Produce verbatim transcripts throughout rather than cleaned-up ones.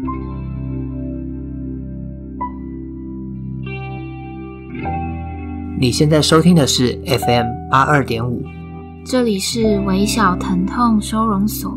你现在收听的是 F M 八二点五， 这里是微小疼痛收容所。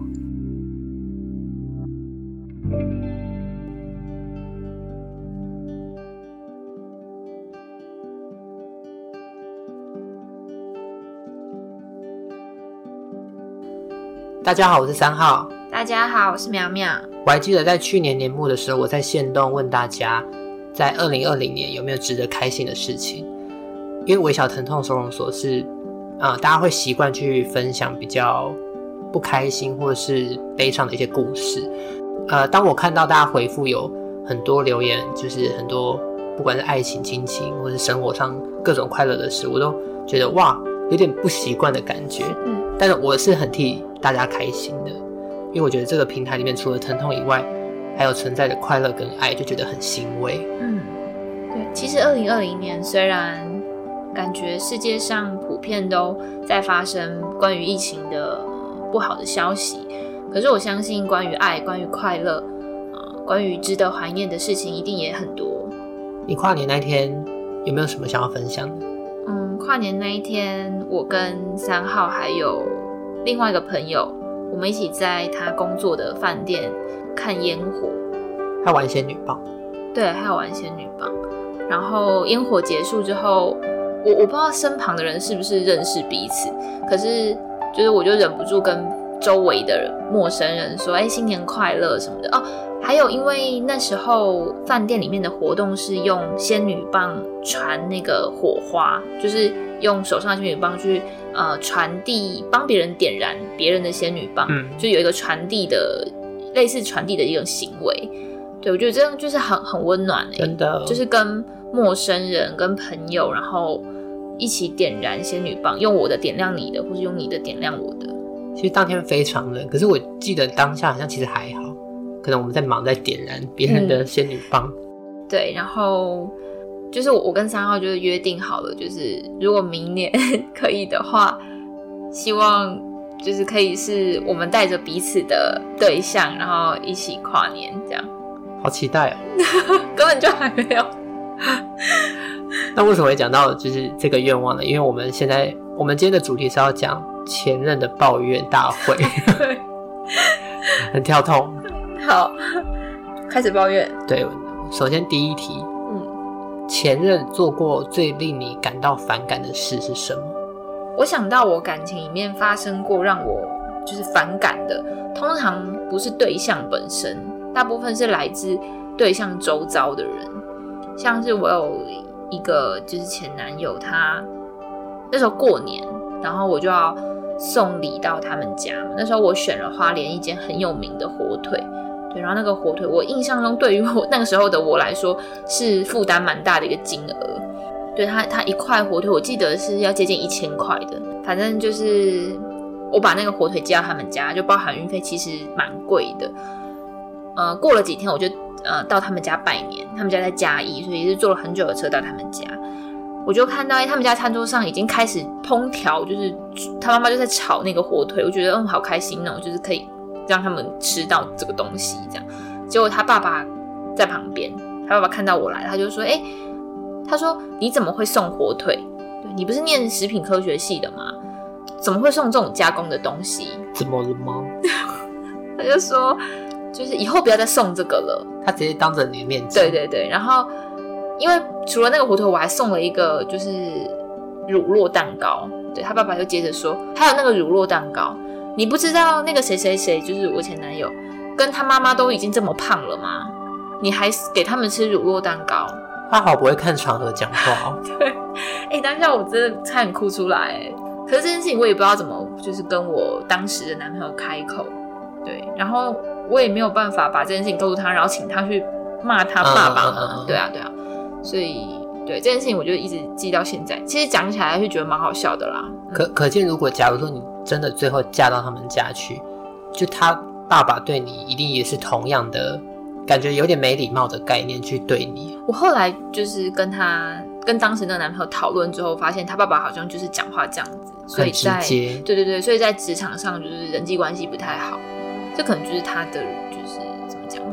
大家好，我是三号。 大家好，我是苗苗。 我还记得在去年年末的时候，我在限动问大家，在二零二零年有没有值得开心的事情。因为微小疼痛收容所是、呃、大家会习惯去分享比较不开心或者是悲伤的一些故事。呃，当我看到大家回复有很多留言，就是很多不管是爱情、亲情或是生活上各种快乐的事，我都觉得哇，有点不习惯的感觉。嗯，但是我是很替大家开心的，因为我觉得这个平台里面除了疼痛以外，还有存在的快乐跟爱，就觉得很欣慰。 嗯，对，其实二零二零年虽然感觉世界上普遍都在发生关于疫情的不好的消息，可是我相信关于爱、关于快乐、呃、关于值得怀念的事情一定也很多。 你跨年那天有没有什么想要分享的？ 嗯，跨年那一天，我跟三号还有另外一个朋友，我们一起在他工作的饭店看烟火， 还玩仙女棒。 对，还有玩仙女棒。然后烟火结束之后，我我不知道身旁的人是不是认识彼此，可是就是我就忍不住跟周围的人陌生人说，哎，新年快乐什么的哦。还有因为那时候饭店里面的活动是用仙女棒传那个火花，就是用手上的仙女棒去呃传递，帮别人点燃别人的仙女棒，嗯，就有一个传递的类似传递的一种行为。对，我觉得这样就是很很温暖欸， 真的， 就是跟陌生人、跟朋友，然后一起点燃仙女棒，用我的点亮你的，或是用你的点亮我的。 其实当天非常冷，可是我记得当下好像其实还好，可能我们在忙在点燃别人的仙女棒。 嗯、对，然后就是我跟三号就是约定好了，就是如果明年可以的话，希望就是可以是我们带着彼此的对象，然后一起跨年这样。 好期待哦！ 根本就还没有。 那为什么会讲到就是这个愿望呢？因为我们现在我们今天的主题是要讲前任的抱怨大会。 对， 很跳痛。 好，开始抱怨。 对，首先第一题，嗯，前任做过最令你感到反感的事是什么？ 我想到我感情里面发生过让我就是反感的，通常不是对象本身，大部分是来自对象周遭的人。像是我有一个就是前男友，他那时候过年，然后我就要送礼到他们家，那时候我选了花莲一间很有名的火腿，对，然后那个火腿我印象中对于我那个时候的我来说是负担蛮大的一个金额，对，他他一块火腿我记得是要接近一千块的，反正就是我把那个火腿寄到他们家，就包含运费，其实蛮贵的。呃，过了几天我就呃到他们家拜年，他们家在嘉义，所以是坐了很久的车到他们家。我就看到他们家餐桌上已经开始烹调，就是他妈妈就在炒那个火腿，我觉得嗯好开心哦，就是可以让他们吃到这个东西这样。结果他爸爸在旁边，他爸爸看到我来，他就说：“哎、欸，他说你怎么会送火腿？对，你不是念食品科学系的吗？怎么会送这种加工的东西？ 怎么了吗？” 他就说。就是以后不要再送这个了。 他直接当着你的面讲。 对对对，然后因为除了那个火腿，我还送了一个就是乳酪蛋糕。对，他爸爸就接着说，还有那个乳酪蛋糕，你不知道那个谁谁谁，就是我前男友，跟他妈妈都已经这么胖了吗？你还给他们吃乳酪蛋糕？ 他好不会看场合讲话哦。 对，哎、欸，当下我真的差点哭出来哎。可是这件事情我也不知道怎么，就是跟我当时的男朋友开口。对，然后我也没有办法把这件事情告诉他，然后请他去骂他爸爸嘛、嗯嗯嗯、对啊对啊，所以对这件事情我就一直记到现在，其实讲起来就觉得蛮好笑的啦。 可可见如果假如说你真的最后嫁到他们家去，就他爸爸对你一定也是同样的感觉，有点没礼貌的概念去对你。 我后来就是跟他跟当时那个男朋友讨论之后，发现他爸爸好像就是讲话这样子，所以在很直接， 对对对，所以在职场上就是人际关系不太好，这可能就是他的就是怎么讲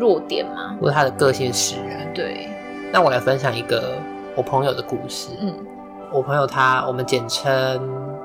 弱点吗？ 或者他的个性使然。 对， 那我来分享一个我朋友的故事。 嗯， 我朋友他，我们简称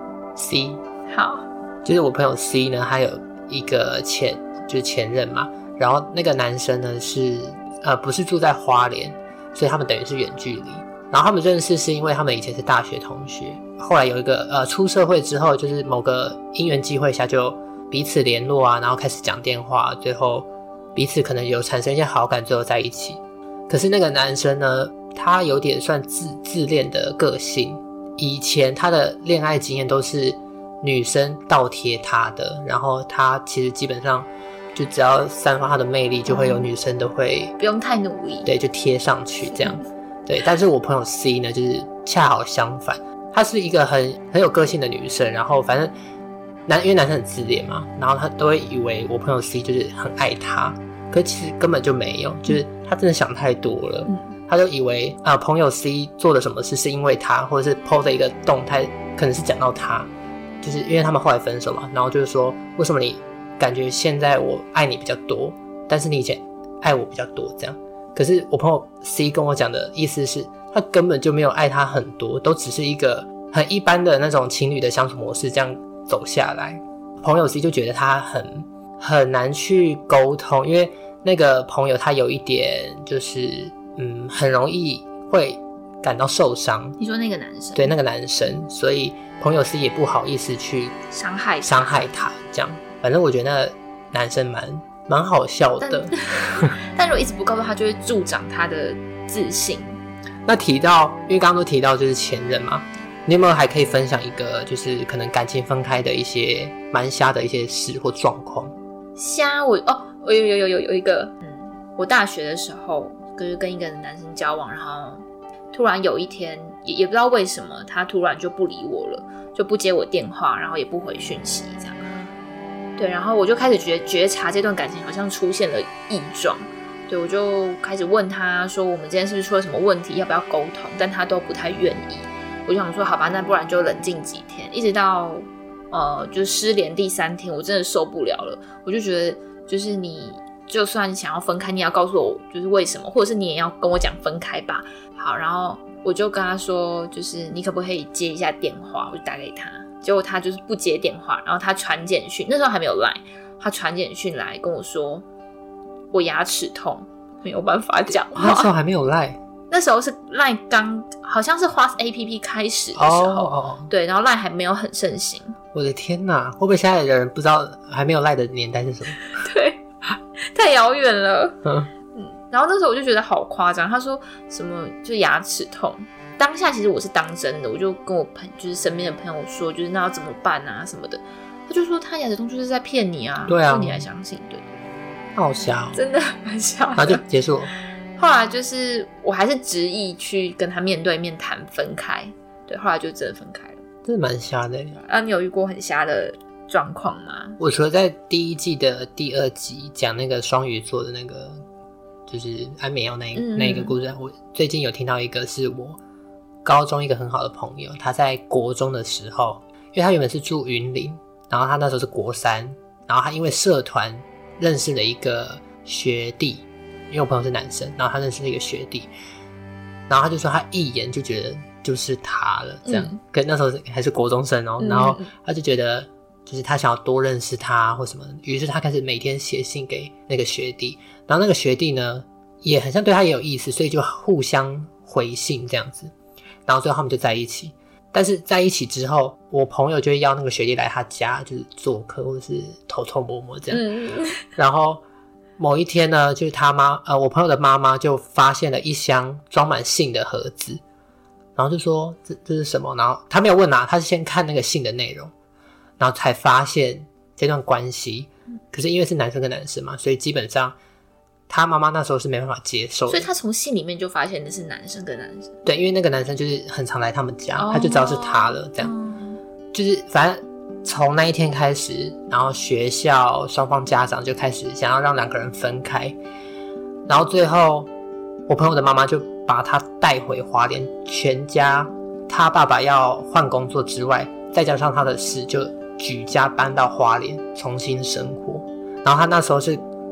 C。 好， 就是我朋友 C 呢，他有一个前就是前任嘛，然后那个男生呢是呃不是住在花莲，所以他们等于是远距离。然后他们认识是因为他们以前是大学同学，后来有一个呃出社会之后，就是某个因缘机会下就彼此联络啊，然后开始讲电话，最后彼此可能有产生一些好感，最后在一起。可是那个男生呢，他有点算自自恋的个性，以前他的恋爱经验都是女生倒贴他的，然后他其实基本上就只要散发他的魅力，就会有女生都会不用太努力， 对，就贴上去这样。对，但是我朋友 C 呢，就是恰好相反，她是一个很很有个性的女生，然后反正男因为男生很自恋嘛，然后他都会以为我朋友 C 就是很爱他，可其实根本就没有，就是他真的想太多了。嗯，他就以为啊、呃，朋友 C 做了什么事是因为他，或者是 po 的一个动态，可能是讲到他，就是因为他们后来分手嘛，然后就是说为什么你感觉现在我爱你比较多，但是你以前爱我比较多这样。可是我朋友 C 跟我讲的意思是，他根本就没有爱他很多，都只是一个很一般的那种情侣的相处模式，这样走下来。朋友 C 就觉得他很很难去沟通，因为那个朋友他有一点就是嗯，很容易会感到受伤。 你说那个男生？对， 那个男生，所以朋友 C 也不好意思去伤害伤害他，这样。反正我觉得那个男生蛮蛮好笑的。 但, 但如果一直不告诉他，就会助长他的自信。 那提到，因为刚刚都提到就是前任嘛，你有没有还可以分享一个就是可能感情分开的一些蛮瞎的一些事或状况？ 瞎我哦，我有有有有有一个，嗯，我大学的时候就是跟一个男生交往，然后突然有一天也也不知道为什么，他突然就不理我了，就不接我电话，然后也不回讯息，这样。对，然后我就开始觉觉察这段感情好像出现了异状。对，我就开始问他说，我们之间是不是出了什么问题，要不要沟通？但他都不太愿意。我就想说，好吧，那不然就冷静几天，一直到呃，就失联第三天，我真的受不了了。我就觉得，就是你就算想要分开，你也要告诉我就是为什么，或者是你也要跟我讲分开吧。好，然后我就跟他说，就是你可不可以接一下电话？我就打给他，结果他就是不接电话，然后他传简讯，那时候还没有 Line， 他传简讯来跟我说，我牙齿痛，没有办法讲话。 那时候还没有 Line。 那时候是 Line 刚好像是花 A P P 开始的时候， oh, oh, oh. 对，然后 Line 还没有很盛行。 我的天哪，会不会现在的人不知道还没有 Line 的年代是什么？ 对，太遥远了。嗯嗯，然后那时候我就觉得好夸张，他说什么就牙齿痛，当下其实我是当真的，我就跟我朋就是身边的朋友说，就是那要怎么办啊什么的，他就说他牙齿痛就是在骗你啊， 对啊， 所以你还相信？对， 好瞎哦， 真的很瞎， 然后就结束了。 后来就是我还是执意去跟他面对面谈分开，对，后来就真的分开了。 真的蛮瞎的。 啊，你有遇过很瞎的状况吗？ 我除了在第一季的第二集讲那个双鱼座的那个，就是安眠药那一、嗯、那一个故事，我最近有听到一个是我高中一个很好的朋友，他在国中的时候，因为他原本是住云林，然后他那时候是国三，然后他因为社团认识了一个学弟。因为我朋友是男生，然后他认识了一个学弟，然后他就说他一眼就觉得就是他了，这样。嗯、跟那时候还是国中生哦、喔，然后他就觉得就是他想要多认识他或什么，于是他开始每天写信给那个学弟，然后那个学弟呢也很像对他也有意思，所以就互相回信这样子，然后最后他们就在一起。但是在一起之后，我朋友就会邀那个学弟来他家，就是做客或者是偷偷摸摸这样，嗯、然后。某一天呢，就是他妈，呃，我朋友的妈妈就发现了一箱装满信的盒子，然后就说这这是什么？然后他没有问啊，他是先看那个信的内容，然后才发现这段关系。可是因为是男生跟男生嘛，所以基本上他妈妈那时候是没办法接受的。 所以他从信里面就发现的是男生跟男生。 对，因为那个男生就是很常来他们家，哦、他就知道是他了，这样。嗯、就是反正。从那一天开始，然后学校双方家长就开始想要让两个人分开，然后最后我朋友的妈妈就把他带回花莲，全家他爸爸要换工作之外，再加上他的事，就举家搬到花莲重新生活。然后他那时候是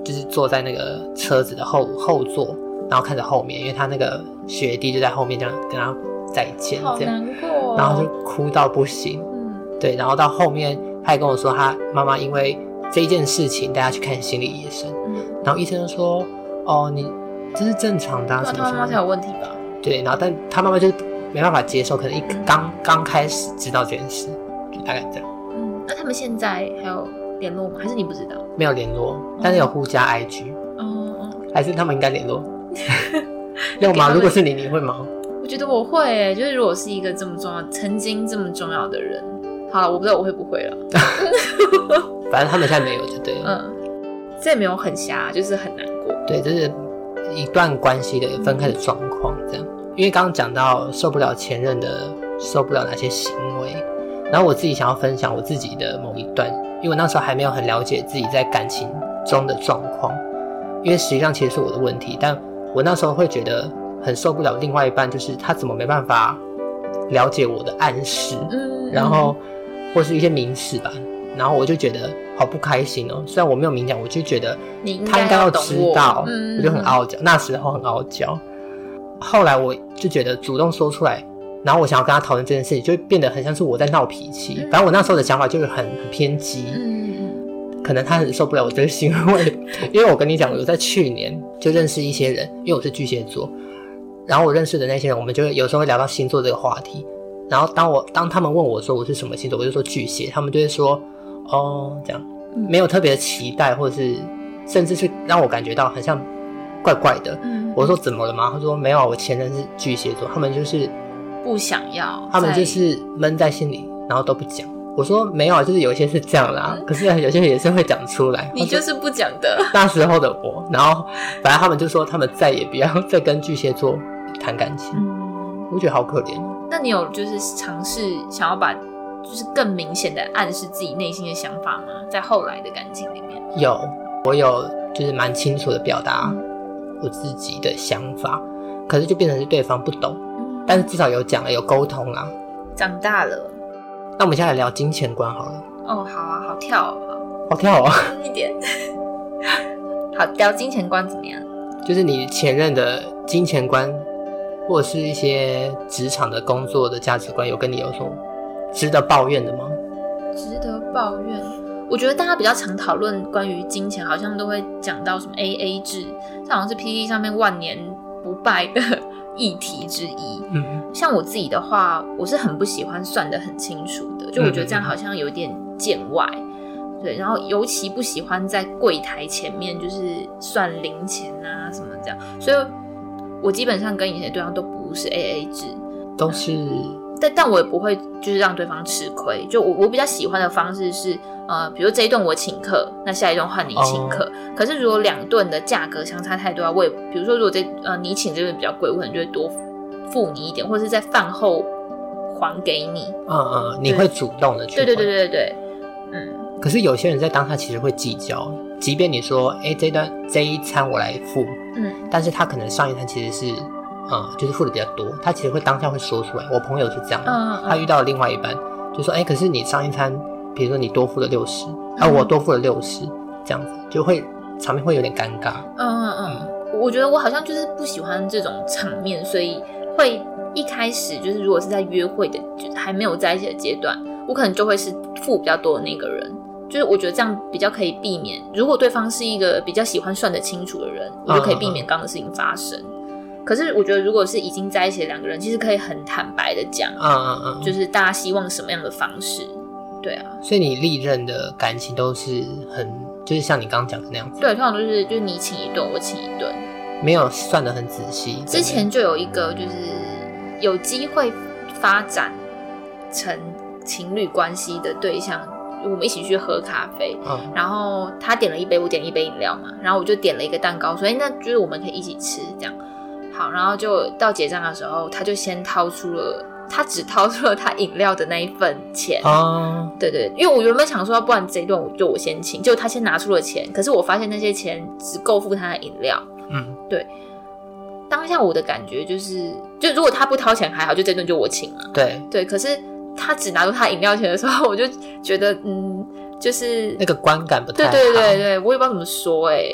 就是坐在那个车子的后后座，然后看着后面，因为他那个学弟就在后面这样跟他再见， 好难过、哦， 然后就哭到不行。嗯，对，然后到后面他还跟我说，他妈妈因为这一件事情带他去看心理医生，嗯，然后医生就说，哦，你这是正常的、啊， 那他妈妈才有问题吧？对， 然后但他妈妈就没办法接受，可能一刚刚、嗯、开始知道这件事，就大概这样。 嗯，那他们现在还有联络吗？还是你不知道？ 没有联络，但是有互加 I G。哦哦，还是他们应该联络？要吗？如果是你，你会吗？ 我觉得我会诶、欸，就是如果是一个这么重要、曾经这么重要的人，好了，我不知道我会不会了。 反正他们现在没有就对了。 嗯，这也没有很瞎，就是很难过。 对，这是一段关系的分开的状况，这样。因为刚刚讲到受不了前任的，受不了哪些行为，然后我自己想要分享我自己的某一段，因为我那时候还没有很了解自己在感情中的状况，因为实际上其实是我的问题，但我那时候会觉得很受不了另外一半，就是他怎么没办法了解我的暗示，嗯，然后或是一些明示吧，然后我就觉得好不开心哦。虽然我没有明讲，我就觉得他应该要知道， 我, 我就很傲娇，那时候很傲娇。后来我就觉得主动说出来，然后我想要跟他讨论这件事情，就会变得很像是我在闹脾气。反正我那时候的想法就是很很偏激，嗯，可能他很受不了我这个行为，因为我跟你讲，我在去年就认识一些人，因为我是巨蟹座，然后我认识的那些人，我们就有时候会聊到星座这个话题。然后当我当他们问我说我是什么星座，我就说巨蟹，他们就会说哦这样，没有特别的期待，或者是甚至是让我感觉到很像怪怪的。嗯，我说怎么了吗？他说没有，我前任是巨蟹座，他们就是不想要， 他们就是闷在心里，然后都不讲。我说没有，就是有一些是这样啦，嗯，可是有些人也是会讲出来。 你就是不讲的。 那时候的我，然后反正他们就说他们再也不要再跟巨蟹座谈感情。嗯，我觉得好可怜。 那你有就是尝试想要把就是更明显的暗示自己内心的想法吗？在后来的感情里面， 有，我有就是蛮清楚的表达我自己的想法，可是就变成是对方不懂，嗯，但是至少有讲了，有沟通啦。 长大了。 那我们现在来聊金钱观好了。 哦，好啊，好跳哦，好， 好跳哦， 一点。好，聊金钱观怎么样？ 就是你前任的金钱观，或者是一些职场的工作的价值观，有跟你有什么值得抱怨的吗？ 值得抱怨，我觉得大家比较常讨论关于金钱，好像都会讲到什么 A A 制，这好像是 P T T 上面万年不败的议题之一。嗯，像我自己的话，我是很不喜欢算得很清楚的，就我觉得这样好像有点见外。对，然后尤其不喜欢在柜台前面就是算零钱啊什么这样，所以我基本上跟以前的对象都不是 A A 制， 都是， 但但我也不会就是让对方吃亏。就我我比较喜欢的方式是，呃，比如这一顿我请客，那下一顿换你请客。Oh. 可是如果两顿的价格相差太多啊，我也比如说如果这呃你请这顿比较贵，我可能就会多付你一点，或者是在饭后还给你。 嗯嗯，你会主动的去还。 对对对对对，嗯。 可是有些人在当下其实会计较，即便你说，哎，这段这一餐我来付，嗯，但是他可能上一餐其实是，嗯，就是付的比较多，他其实会当下会说出来。我朋友是这样的，嗯嗯，他遇到了另外一半，就说，哎，可是你上一餐，比如说你多付了六十，啊，我多付了六十，这样子就会场面会有点尴尬。 嗯嗯嗯，我觉得我好像就是不喜欢这种场面，所以会一开始就是如果是在约会的，就是还没有在一起的阶段，我可能就会是付比较多的那个人。就是我觉得这样比较可以避免，如果对方是一个比较喜欢算得清楚的人，我就可以避免刚刚的事情发生。嗯嗯嗯，可是我觉得如果是已经在一起的两个人，其实可以很坦白的讲，嗯嗯嗯，就是大家希望什么样的方式。对啊， 所以你历任的感情都是很，就是像你刚刚讲的那样子。 对，通常都是就是你请一顿，我请一顿， 没有算得很仔细。 之前就有一个就是有机会发展成情侣关系的对象，我们一起去喝咖啡，嗯，然后他点了一杯，我点了一杯饮料嘛，然后我就点了一个蛋糕，所以那就是我们可以一起吃这样。好，然后就到结账的时候，他就先掏出了，他只掏出了他饮料的那一份钱。哦，对对，因为我原本想说，不然这一顿我就我先请，结果他先拿出了钱，可是我发现那些钱只够付他的饮料。嗯，对。当下我的感觉就是，就如果他不掏钱还好，就这顿就我请了。 对对，可是他只拿出他饮料钱的时候，我就觉得，嗯，就是那个观感不太好。 对对对对，我也不知道怎么说哎、欸。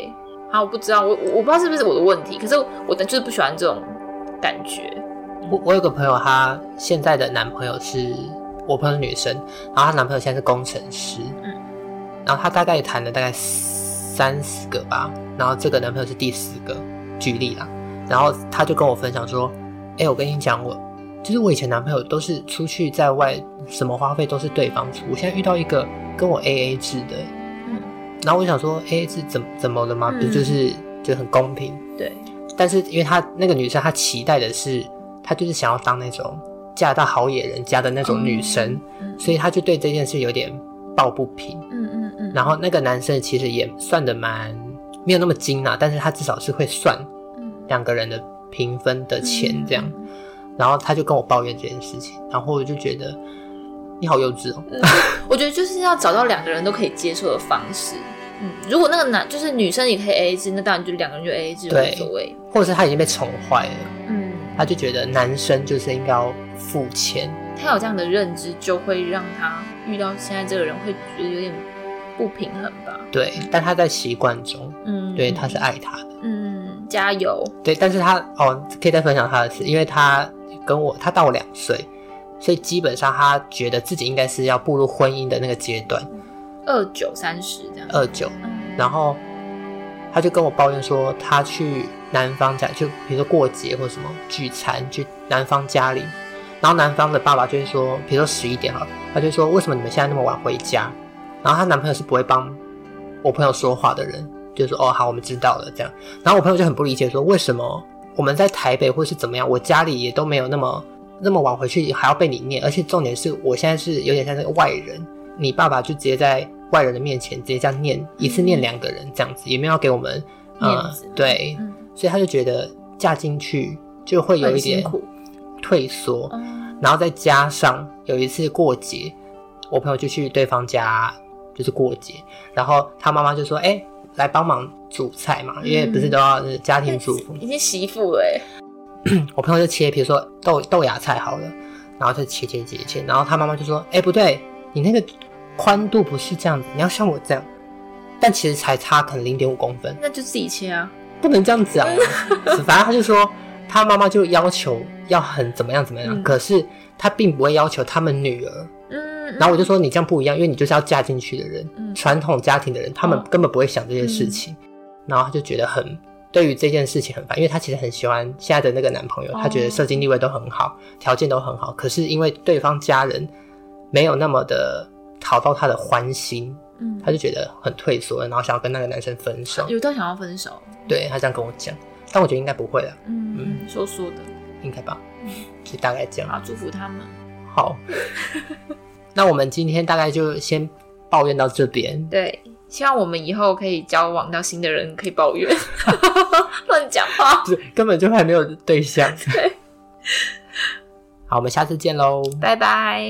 啊，我不知道，我我不知道是不是我的问题，可是我就是不喜欢这种感觉。 我我有个朋友，她现在的男朋友是我朋友是女生，然后她男朋友现在是工程师，嗯，然后她大概也谈了大概三四个吧，然后这个男朋友是第四个，举例啦，然后她就跟我分享说，哎、欸，我跟你讲，我就是我以前男朋友都是出去在外，什么花费都是对方出，我现在遇到一个跟我 A A 制的，嗯，然后我想说 A A 制怎怎么了吗？不、嗯、就是就很公平， 对， 但是因为她那个女生她期待的是。她就是想要当那种嫁到好野人家的那种女生，嗯、所以她就对这件事有点抱不平。嗯嗯嗯。然后那个男生其实也算得蛮没有那么精啊，但是他至少是会算两个人的平分的钱这样。嗯、然后他就跟我抱怨这件事情，然后我就觉得你好幼稚哦。 嗯、我觉得就是要找到两个人都可以接受的方式。嗯，如果那个男就是女生也可以 A A 制，那当然就两个人就 A A 制无所谓。 或者是他已经被宠坏了。嗯。他就觉得男生就是应该要付钱， 他有这样的认知，就会让他遇到现在这个人会觉得有点不平衡吧。 对，但他在习惯中，嗯，对，他是爱他的， 嗯，加油。 对，但是他哦，可以再分享他的事，因为他跟我，他大我两岁，所以基本上他觉得自己应该是要步入婚姻的那个阶段， 二九三十这样， 二九，然后他就跟我抱怨说，他去男方家，就比如说过节或什么聚餐，去男方家里，然后男方的爸爸就会说，比如说十一点好了，他就说为什么你们现在那么晚回家？然后她男朋友是不会帮我朋友说话的人，就说哦好，我们知道了这样。然后我朋友就很不理解说，为什么我们在台北或是怎么样，我家里也都没有那么那么晚回去，还要被你念，而且重点是我现在是有点像那个外人，你爸爸就直接在外人的面前直接这样念，一次念两个人这样子，也没有要给我们呃对。嗯，所以他就觉得嫁进去就会有一点退缩，嗯、然后再加上有一次过节，我朋友就去对方家就是过节，然后他妈妈就说：“哎、欸，来帮忙煮菜嘛，因为不是都要家庭主妇， 已经媳妇了。” 我朋友就切，比如说豆豆芽菜好了，然后就切切切切，然后他妈妈就说：“哎、欸，不对，你那个宽度不是这样子，你要像我这样。”但其实才差可能 零点五公分， 那就自己切啊。 不能这样讲、啊，反正他就说他妈妈就要求要很怎么样怎么样，嗯、可是他并不会要求他们女儿。嗯，然后我就说你这样不一样，因为你就是要嫁进去的人，传、嗯、统家庭的人，他们根本不会想这些事情。嗯、然后他就觉得很对于这件事情很烦，因为他其实很喜欢现在的那个男朋友，他觉得社经地位都很好，条件都很好，可是因为对方家人没有那么的讨到他的欢心。嗯，他就觉得很退缩了，然后想要跟那个男生分手。 有到想要分手？对， 他这样跟我讲，但我觉得应该不会啦。 嗯嗯，说说的， 应该吧。嗯，就大概这样。 好，祝福他们。 好，那我们今天大概就先抱怨到这边。 对，希望我们以后可以交往到新的人，可以抱怨。乱讲话， 根本就还没有对象。 对。 好，我们下次见喽， 拜拜。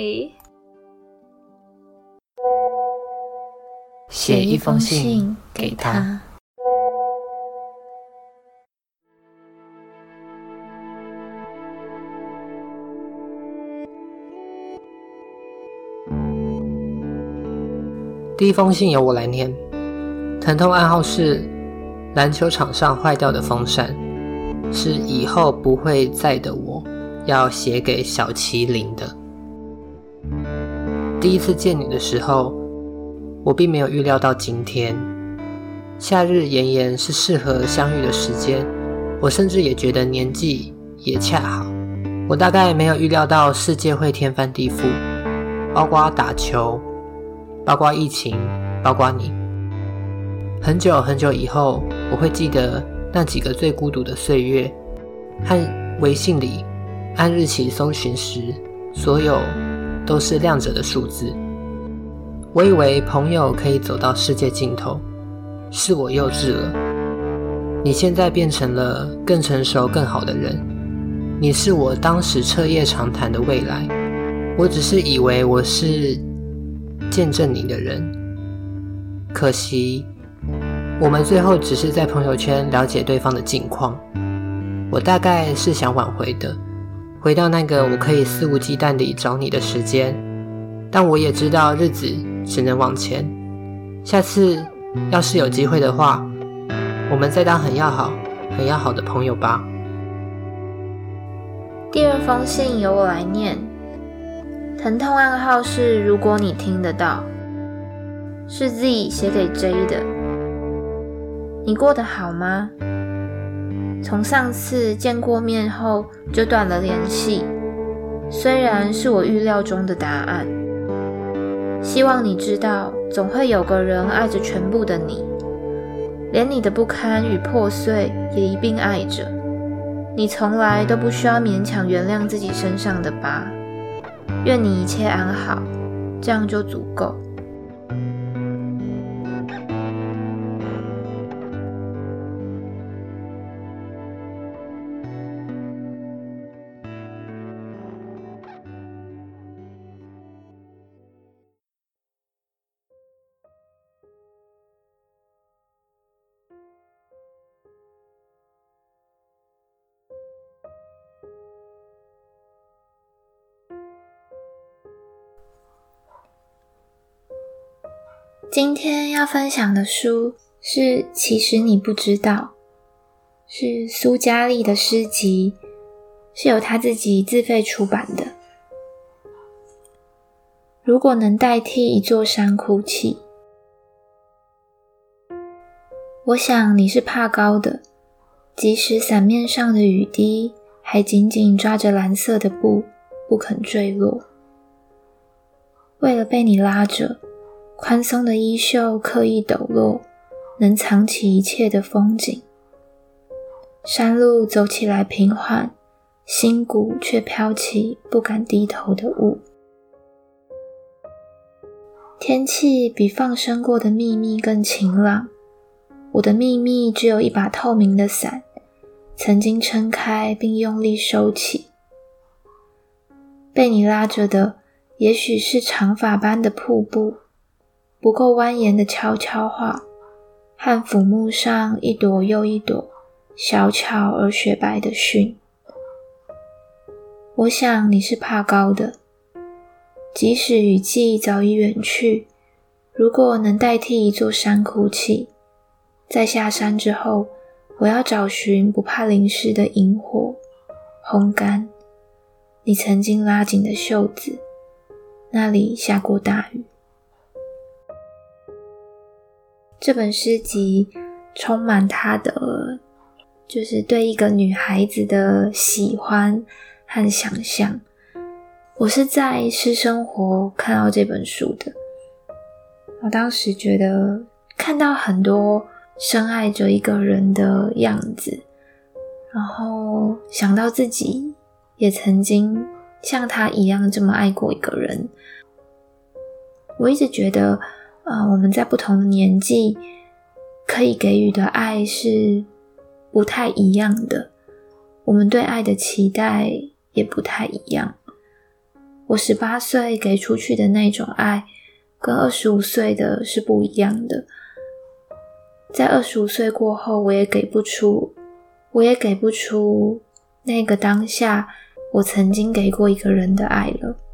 写一封信给他。第一封信由我来念。疼痛暗号是篮球场上坏掉的风扇，是以后不会在的我要写给小麒麟的。第一次见你的时候，我并没有预料到今天，夏日炎炎是适合相遇的时间，我甚至也觉得年纪也恰好。我大概没有预料到世界会天翻地覆，包括打球，包括疫情，包括你。很久很久以后，我会记得那几个最孤独的岁月，和微信里按日期搜寻时，所有都是亮着的数字。我以为朋友可以走到世界尽头，是我幼稚了。你现在变成了更成熟更好的人，你是我当时彻夜长谈的未来，我只是以为我是见证你的人。可惜我们最后只是在朋友圈了解对方的近况。我大概是想挽回的，回到那个我可以肆无忌惮地找你的时间，但我也知道日子只能往前。下次要是有机会的话， 我们再当很要好、很要好的朋友吧。 第二封信由我来念，疼痛暗号是如果你听得到，是 Z 写给 J 的。你过得好吗？从上次见过面后就断了联系，虽然是我预料中的答案。希望你知道，总会有个人爱着全部的你，连你的不堪与破碎也一并爱着。你从来都不需要勉强原谅自己身上的疤，愿你一切安好，这样就足够。今天要分享的书是《其实你不知道》，是苏嘉丽的诗集，是由她自己自费出版的。如果能代替一座山哭泣，我想你是怕高的，即使伞面上的雨滴还紧紧抓着蓝色的布，不肯坠落。为了被你拉着，宽松的衣袖刻意抖落，能藏起一切的风景。山路走起来平缓，心骨却飘起不敢低头的雾。天气比放生过的秘密更晴朗，我的秘密只有一把透明的伞，曾经撑开并用力收起。被你拉着的也许是长发般的瀑布，不够蜿蜒的悄悄话，和腐木上一朵又一朵小巧而雪白的絮。我想你是怕高的，即使雨季早已远去，如果能代替一座山哭泣，在下山之后，我要找寻不怕淋湿的萤火，烘干你曾经拉紧的袖子，那里下过大雨。这本诗集充满她的就是对一个女孩子的喜欢和想象。我是在诗生活看到这本书的，我当时觉得看到很多深爱着一个人的样子，然后想到自己也曾经像他一样这么爱过一个人。我一直觉得呃，我们在不同的年纪可以给予的爱是不太一样的，我们对爱的期待也不太一样。我十八岁给出去的那种爱跟二十五岁的是不一样的，在二十五岁过后我也给不出我也给不出那个当下我曾经给过一个人的爱了。